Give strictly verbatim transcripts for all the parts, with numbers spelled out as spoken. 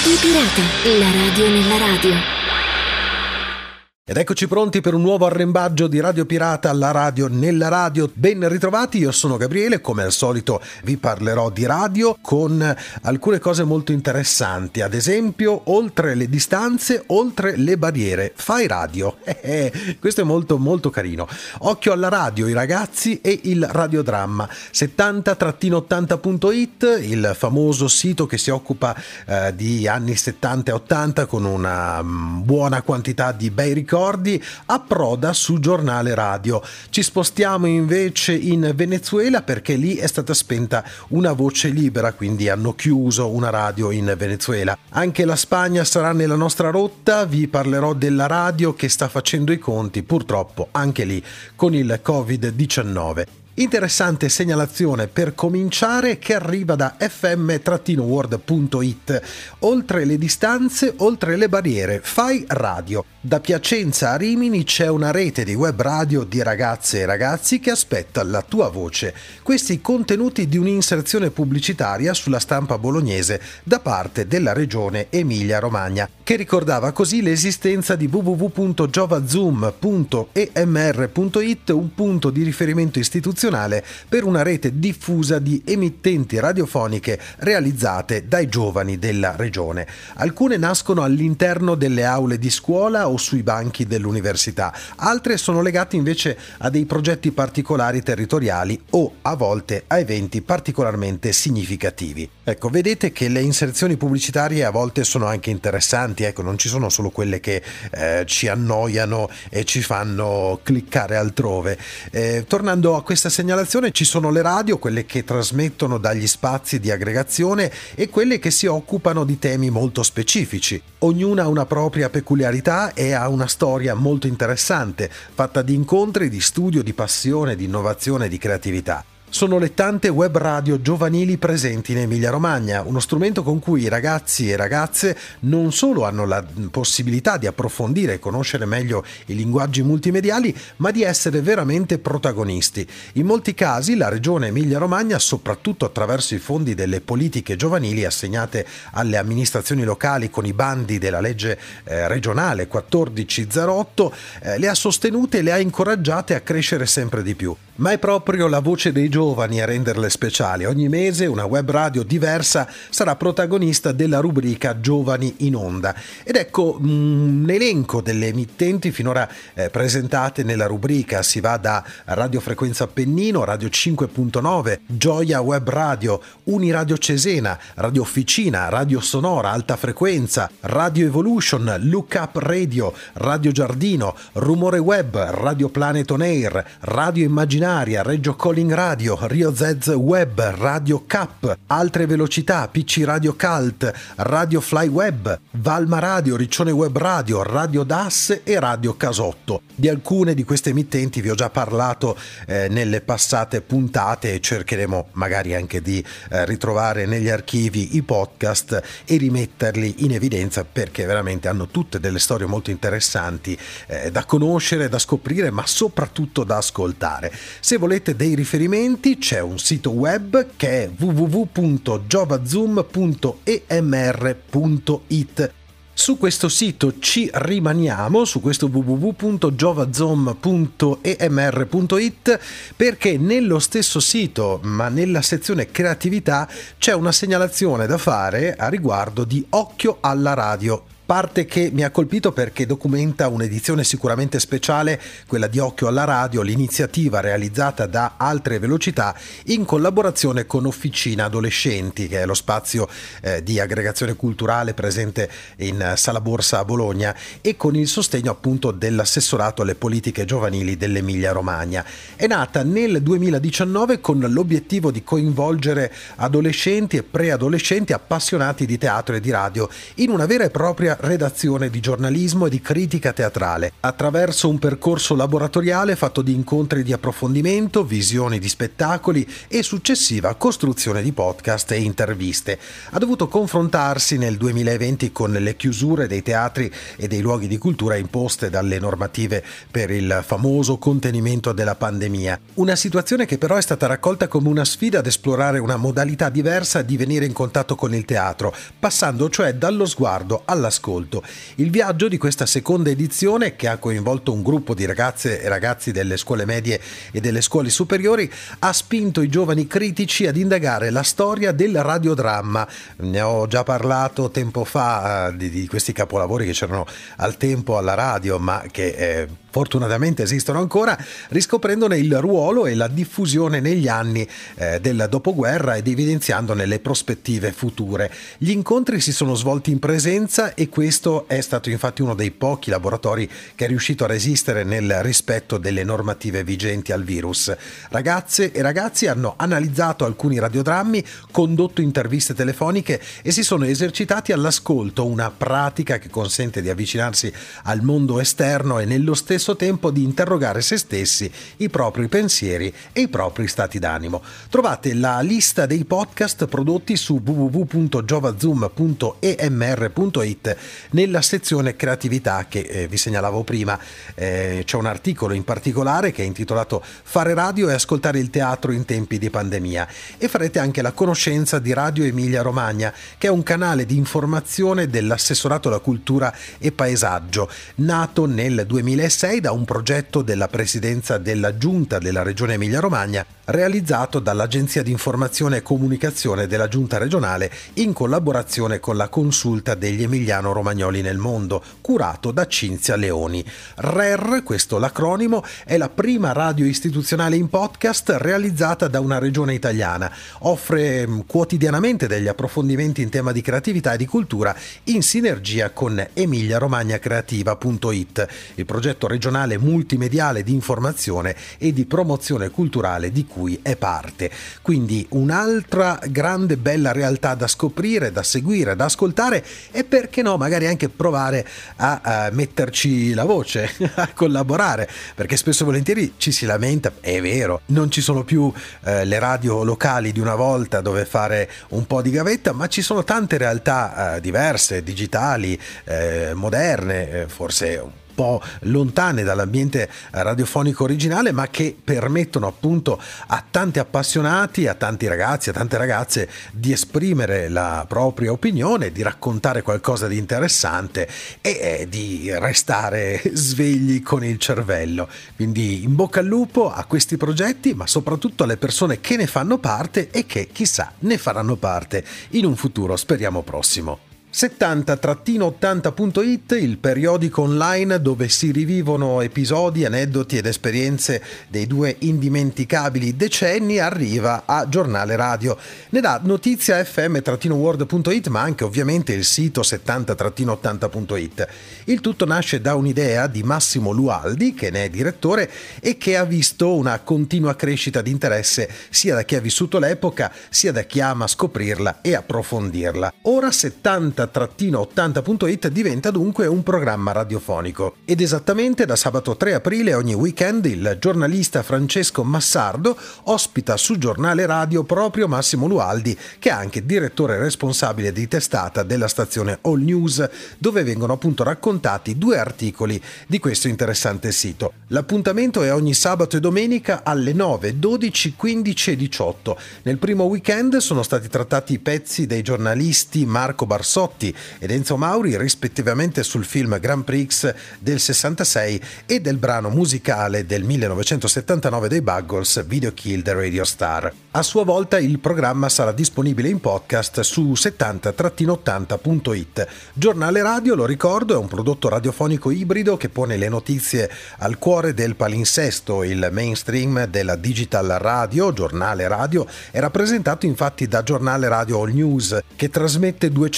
Radio Pirata, la radio nella radio. Ed eccoci pronti per un nuovo arrembaggio di Radio Pirata alla radio nella radio. Ben ritrovati, io sono Gabriele, come al solito vi parlerò di radio con alcune cose molto interessanti, ad esempio oltre le distanze, oltre le barriere, fai radio. Eh, eh, questo è molto molto carino. Occhio alla radio, i ragazzi e il radiodramma. settanta ottanta punto it, il famoso sito che si occupa eh, di anni settanta e ottanta con una um, buona quantità di bei ricordi, approda su Giornale Radio. Ci spostiamo invece in Venezuela perché lì è stata spenta una voce libera, quindi hanno chiuso una radio in Venezuela. Anche la Spagna sarà nella nostra rotta, vi parlerò della radio che sta facendo i conti purtroppo anche lì con il covid diciannove. Interessante segnalazione per cominciare che arriva da effe emme world punto it. Oltre le distanze, oltre le barriere, fai radio. Da Piacenza a Rimini c'è una rete di web radio di ragazze e ragazzi che aspetta la tua voce. Questi contenuti di un'inserzione pubblicitaria sulla stampa bolognese da parte della regione Emilia-Romagna, che ricordava così l'esistenza di w w w punto giovazum punto e m r punto it, un punto di riferimento istituzionale per una rete diffusa di emittenti radiofoniche realizzate dai giovani della regione. Alcune nascono all'interno delle aule di scuola o sui banchi dell'università, altre sono legate invece a dei progetti particolari territoriali o a volte a eventi particolarmente significativi. Ecco, vedete che le inserzioni pubblicitarie a volte sono anche interessanti, ecco, non ci sono solo quelle che eh, ci annoiano e ci fanno cliccare altrove. Eh, tornando a questa segnalazione, ci sono le radio, quelle che trasmettono dagli spazi di aggregazione e quelle che si occupano di temi molto specifici. Ognuna ha una propria peculiarità e ha una storia molto interessante, fatta di incontri, di studio, di passione, di innovazione e di creatività. Sono le tante web radio giovanili presenti in Emilia-Romagna, uno strumento con cui i ragazzi e ragazze non solo hanno la possibilità di approfondire e conoscere meglio i linguaggi multimediali, ma di essere veramente protagonisti. In molti casi la regione Emilia-Romagna, soprattutto attraverso i fondi delle politiche giovanili assegnate alle amministrazioni locali con i bandi della legge eh, regionale quattordici zero otto, eh, le ha sostenute e le ha incoraggiate a crescere sempre di più. Ma è proprio la voce dei giovani a renderle speciali. Ogni mese una web radio diversa sarà protagonista della rubrica Giovani in Onda. Ed ecco un elenco delle emittenti finora eh, presentate nella rubrica. Si va da Radio Frequenza Appennino, Radio cinque punto nove, Gioia Web Radio, Uniradio Cesena, Radio Officina, Radio Sonora, Alta Frequenza, Radio Evolution, Look Up Radio, Radio Giardino, Rumore Web, Radio Planet On Air, Radio Immaginaria, Reggio Calling Radio, Rio Zez Web, Radio Cap, Altre Velocità, P C Radio Cult, Radio Fly Web, Valma Radio, Riccione Web Radio, Radio D A S e Radio Casotto. Di alcune di queste emittenti vi ho già parlato eh, nelle passate puntate e cercheremo magari anche di eh, ritrovare negli archivi i podcast e rimetterli in evidenza perché veramente hanno tutte delle storie molto interessanti eh, da conoscere, da scoprire, ma soprattutto da ascoltare. Se volete dei riferimenti c'è un sito web che è w w w punto giovazum punto e m r punto it. Su questo sito ci rimaniamo, su questo w w w punto giovazum punto e m r punto it, perché nello stesso sito, ma nella sezione creatività, c'è una segnalazione da fare a riguardo di Occhio alla radio. Parte che mi ha colpito perché documenta un'edizione sicuramente speciale, quella di Occhio alla Radio, l'iniziativa realizzata da Altre Velocità in collaborazione con Officina Adolescenti, che è lo spazio eh, di aggregazione culturale presente in Sala Borsa a Bologna, e con il sostegno appunto dell'assessorato alle politiche giovanili dell'Emilia Romagna. È nata nel duemiladiciannove con l'obiettivo di coinvolgere adolescenti e preadolescenti appassionati di teatro e di radio in una vera e propria redazione di giornalismo e di critica teatrale, attraverso un percorso laboratoriale fatto di incontri di approfondimento, visioni di spettacoli e successiva costruzione di podcast e interviste. Ha dovuto confrontarsi nel duemilaventi con le chiusure dei teatri e dei luoghi di cultura imposte dalle normative per il famoso contenimento della pandemia. Una situazione che però è stata raccolta come una sfida ad esplorare una modalità diversa di venire in contatto con il teatro, passando cioè dallo sguardo all'ascolto. Il viaggio di questa seconda edizione, che ha coinvolto un gruppo di ragazze e ragazzi delle scuole medie e delle scuole superiori, ha spinto i giovani critici ad indagare la storia del radiodramma. Ne ho già parlato tempo fa eh, di, di questi capolavori che c'erano al tempo alla radio, ma che eh, fortunatamente esistono ancora, riscoprendone il ruolo e la diffusione negli anni eh, del dopoguerra ed evidenziandone le prospettive future. Gli incontri si sono svolti in presenza e questo è stato infatti uno dei pochi laboratori che è riuscito a resistere nel rispetto delle normative vigenti al virus. Ragazze e ragazzi hanno analizzato alcuni radiodrammi, condotto interviste telefoniche e si sono esercitati all'ascolto, una pratica che consente di avvicinarsi al mondo esterno e nello stesso tempo di interrogare se stessi, i propri pensieri e i propri stati d'animo. Trovate la lista dei podcast prodotti su w w w punto giova zoom punto e m r punto i t nella sezione creatività che eh, vi segnalavo prima. Eh, c'è un articolo in particolare che è intitolato Fare radio e ascoltare il teatro in tempi di pandemia, e farete anche la conoscenza di Radio Emilia Romagna, che è un canale di informazione dell'assessorato alla cultura e paesaggio, nato nel duemilasei da un progetto della presidenza della giunta della regione Emilia Romagna, realizzato dall'agenzia di informazione e comunicazione della giunta regionale in collaborazione con la consulta degli emiliano romagnoli nel mondo, curato da Cinzia Leoni. R E R, questo l'acronimo, è la prima radio istituzionale in podcast realizzata da una regione italiana. Offre quotidianamente degli approfondimenti in tema di creatività e di cultura in sinergia con emilia romagna creativa punto i t, il progetto regionale multimediale di informazione e di promozione culturale di cui è parte. Quindi un'altra grande bella realtà da scoprire, da seguire, da ascoltare e perché no magari anche provare a, a metterci la voce, a collaborare, perché spesso e volentieri ci si lamenta, è vero, non ci sono più eh, le radio locali di una volta dove fare un po' di gavetta, ma ci sono tante realtà eh, diverse, digitali, eh, moderne, eh, forse un po' lontane dall'ambiente radiofonico originale, ma che permettono appunto a tanti appassionati, a tanti ragazzi, a tante ragazze di esprimere la propria opinione, di raccontare qualcosa di interessante e eh, di restare svegli con il cervello. Quindi in bocca al lupo a questi progetti, ma soprattutto alle persone che ne fanno parte e che chissà ne faranno parte in un futuro, speriamo prossimo. settanta ottanta punto i t, il periodico online dove si rivivono episodi, aneddoti ed esperienze dei due indimenticabili decenni, arriva a Giornale Radio. Ne dà notizia f m world punto i t, ma anche ovviamente il sito settanta ottanta punto i t. Il tutto nasce da un'idea di Massimo Lualdi, che ne è direttore e che ha visto una continua crescita di interesse sia da chi ha vissuto l'epoca sia da chi ama scoprirla e approfondirla. Ora settanta ottanta punto i t diventa dunque un programma radiofonico ed esattamente da sabato tre aprile ogni weekend il giornalista Francesco Massardo ospita su Giornale Radio proprio Massimo Lualdi, che è anche direttore responsabile di testata della stazione All News, dove vengono appunto raccontati due articoli di questo interessante sito. L'appuntamento è ogni sabato e domenica alle nove, dodici, quindici e diciotto. Nel primo weekend sono stati trattati i pezzi dei giornalisti Marco Barsotti ed Enzo Mauri, rispettivamente sul film Grand Prix del sessantasei e del brano musicale del millenovecentosettantanove dei Buggles, Video Kill the Radio Star. A sua volta il programma sarà disponibile in podcast su settanta ottanta punto i t. Giornale Radio, lo ricordo, è un prodotto radiofonico ibrido che pone le notizie al cuore del palinsesto. Il mainstream della digital radio, Giornale Radio, è rappresentato infatti da Giornale Radio All News, che trasmette duecento notizie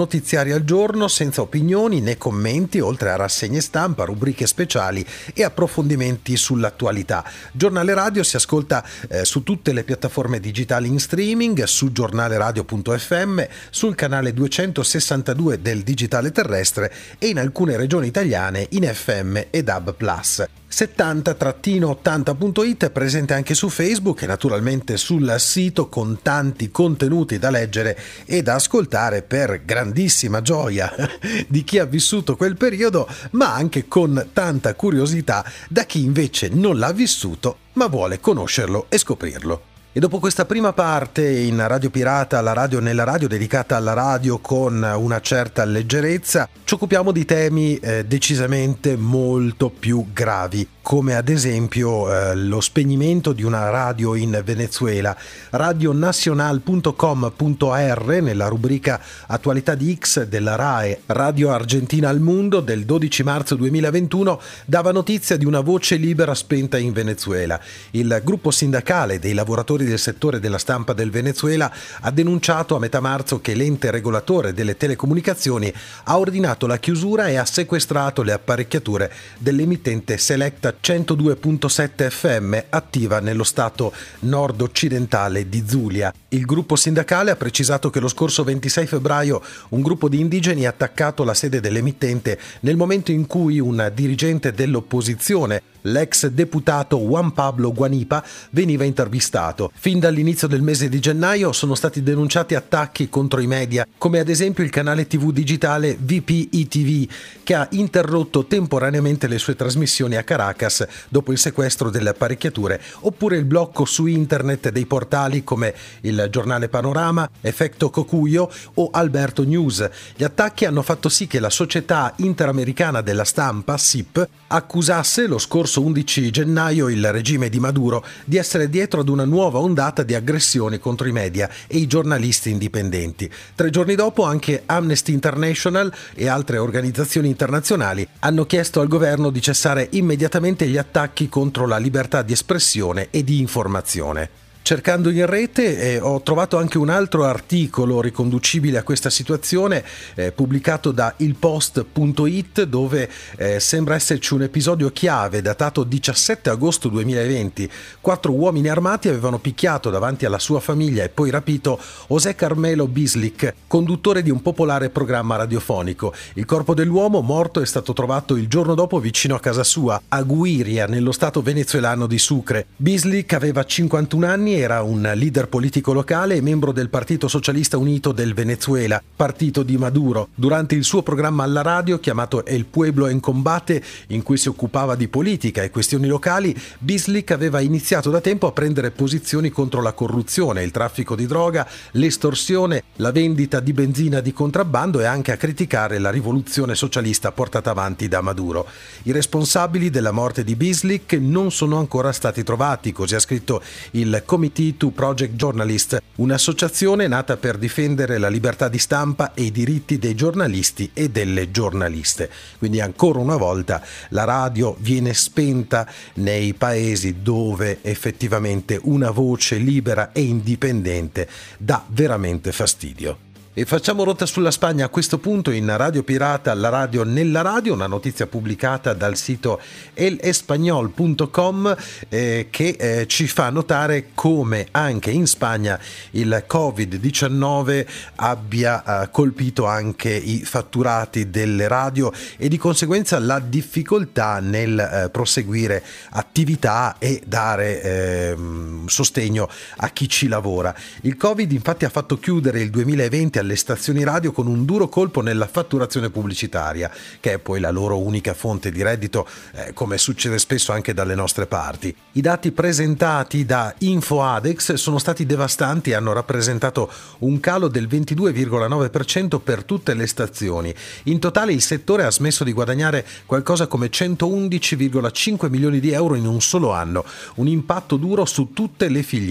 notiziari al giorno senza opinioni né commenti, oltre a rassegne stampa, rubriche speciali e approfondimenti sull'attualità. Giornale Radio si ascolta eh, su tutte le piattaforme digitali in streaming, su giornaleradio punto effe emme, sul canale duecentosessantadue del digitale terrestre e in alcune regioni italiane in effe emme e D A B plus. settanta ottanta punto it è presente anche su Facebook e naturalmente sul sito con tanti contenuti da leggere e da ascoltare per grandissima gioia di chi ha vissuto quel periodo, ma anche con tanta curiosità da chi invece non l'ha vissuto ma vuole conoscerlo e scoprirlo. E dopo questa prima parte in Radio Pirata, la radio nella radio, dedicata alla radio con una certa leggerezza, ci occupiamo di temi eh, decisamente molto più gravi, come ad esempio eh, lo spegnimento di una radio in Venezuela. radio nacional punto com punto a erre, nella rubrica Attualità di X della RAE, Radio Argentina al Mondo, del dodici marzo duemilaventuno, dava notizia di una voce libera spenta in Venezuela. Il gruppo sindacale dei lavoratori del settore della stampa del Venezuela ha denunciato a metà marzo che l'ente regolatore delle telecomunicazioni ha ordinato la chiusura e ha sequestrato le apparecchiature dell'emittente Selecta centodue virgola sette effe emme attiva nello stato nord-occidentale di Zulia. Il gruppo sindacale ha precisato che lo scorso ventisei febbraio un gruppo di indigeni ha attaccato la sede dell'emittente nel momento in cui un dirigente dell'opposizione, l'ex deputato Juan Pablo Guanipa, veniva intervistato. Fin dall'inizio del mese di gennaio sono stati denunciati attacchi contro i media, come ad esempio il canale tivù digitale V P I T V, che ha interrotto temporaneamente le sue trasmissioni a Caracas dopo il sequestro delle apparecchiature, oppure il blocco su internet dei portali come il giornale Panorama, Efecto Cocuyo o Alberto News. Gli attacchi hanno fatto sì che la Società Interamericana della Stampa, S I P, accusasse lo scorso undici gennaio il regime di Maduro di essere dietro ad una nuova ondata di aggressioni contro i media e i giornalisti indipendenti. Tre giorni dopo anche Amnesty International e altre organizzazioni internazionali hanno chiesto al governo di cessare immediatamente gli attacchi contro la libertà di espressione e di informazione. Cercando in rete eh, ho trovato anche un altro articolo riconducibile a questa situazione eh, pubblicato da il post punto it, dove eh, sembra esserci un episodio chiave datato diciassette agosto duemilaventi. Quattro uomini armati avevano picchiato davanti alla sua famiglia e poi rapito José Carmelo Bislik, conduttore di un popolare programma radiofonico. Il corpo dell'uomo morto è stato trovato il giorno dopo vicino a casa sua, a Guiria, nello stato venezuelano di Sucre. Bislik aveva cinquantuno anni, era un leader politico locale e membro del Partito Socialista Unito del Venezuela, partito di Maduro. Durante il suo programma alla radio, chiamato El Pueblo en Combate, in cui si occupava di politica e questioni locali, Bislik aveva iniziato da tempo a prendere posizioni contro la corruzione, il traffico di droga, l'estorsione, la vendita di benzina di contrabbando e anche a criticare la rivoluzione socialista portata avanti da Maduro. I responsabili della morte di Bislik non sono ancora stati trovati, così ha scritto il Committee to Project Journalist, un'associazione nata per difendere la libertà di stampa e i diritti dei giornalisti e delle giornaliste. Quindi ancora una volta la radio viene spenta nei paesi dove effettivamente una voce libera e indipendente dà veramente fastidio. E facciamo rotta sulla Spagna a questo punto in Radio Pirata, la radio nella radio, una notizia pubblicata dal sito el español punto com eh, che eh, ci fa notare come anche in Spagna il covid diciannove abbia eh, colpito anche i fatturati delle radio e di conseguenza la difficoltà nel eh, proseguire attività e dare eh, sostegno a chi ci lavora. Il Covid infatti ha fatto chiudere il duemilaventi alle stazioni radio con un duro colpo nella fatturazione pubblicitaria, che è poi la loro unica fonte di reddito, eh, come succede spesso anche dalle nostre parti. I dati presentati da InfoAdex sono stati devastanti e hanno rappresentato un calo del ventidue virgola nove per cento per tutte le stazioni. In totale il settore ha smesso di guadagnare qualcosa come centoundici virgola cinque milioni di euro in un solo anno, un impatto duro su tutte le filiere.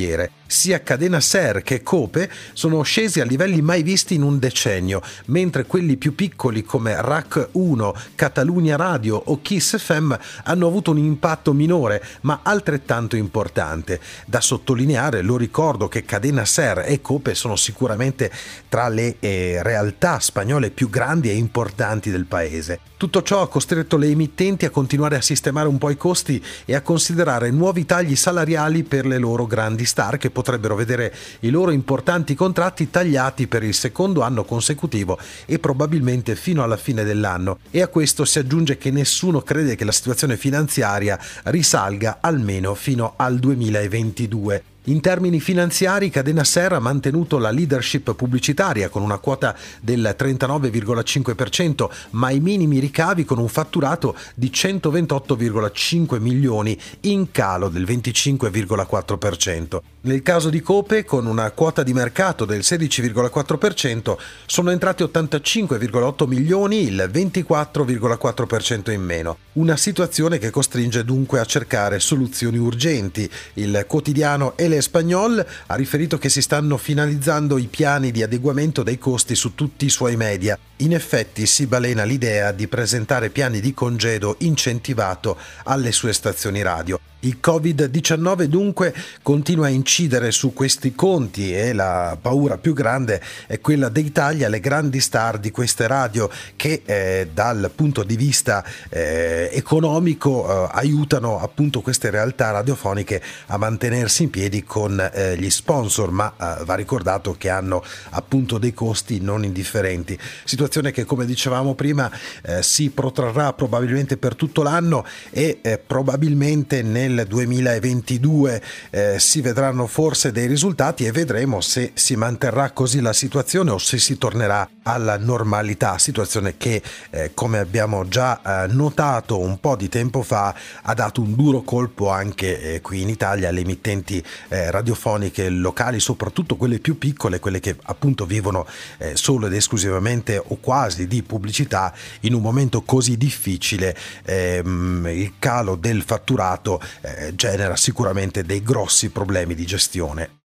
Sia Cadena Ser che Cope sono scesi a livelli mai visti in un decennio, mentre quelli più piccoli come R A C uno, Catalunya Radio o Kiss F M hanno avuto un impatto minore ma altrettanto importante. Da sottolineare, lo ricordo, che Cadena Ser e Cope sono sicuramente tra le eh, realtà spagnole più grandi e importanti del paese. Tutto ciò ha costretto le emittenti a continuare a sistemare un po' i costi e a considerare nuovi tagli salariali per le loro grandi star, che potrebbero vedere i loro importanti contratti tagliati per il secondo anno consecutivo e probabilmente fino alla fine dell'anno. E a questo si aggiunge che nessuno crede che la situazione finanziaria risalga almeno fino al duemilaventidue. In termini finanziari, Cadena Ser ha mantenuto la leadership pubblicitaria con una quota del trentanove virgola cinque per cento, ma i minimi ricavi con un fatturato di centoventotto virgola cinque milioni, in calo del venticinque virgola quattro per cento. Nel caso di Cope, con una quota di mercato del sedici virgola quattro per cento, sono entrati ottantacinque virgola otto milioni, il ventiquattro virgola quattro per cento in meno. Una situazione che costringe dunque a cercare soluzioni urgenti. Il quotidiano El Español ha riferito che si stanno finalizzando i piani di adeguamento dei costi su tutti i suoi media. In effetti si balena l'idea di presentare piani di congedo incentivato alle sue stazioni radio. Il covid diciannove dunque continua a incidere su questi conti e la paura più grande è quella dei tagli alle grandi star di queste radio che eh, dal punto di vista eh, economico eh, aiutano appunto queste realtà radiofoniche a mantenersi in piedi con eh, gli sponsor, ma eh, va ricordato che hanno appunto dei costi non indifferenti. Situazione che, come dicevamo prima, eh, si protrarrà probabilmente per tutto l'anno e eh, probabilmente nel duemilaventidue eh, si vedranno forse dei risultati e vedremo se si manterrà così la situazione o se si tornerà alla normalità, situazione che eh, come abbiamo già eh, notato un po' di tempo fa ha dato un duro colpo anche eh, qui in Italia alle emittenti eh, radiofoniche locali, soprattutto quelle più piccole, quelle che appunto vivono eh, solo ed esclusivamente o quasi di pubblicità. In un momento così difficile ehm, il calo del fatturato eh, genera sicuramente dei grossi problemi di gestione.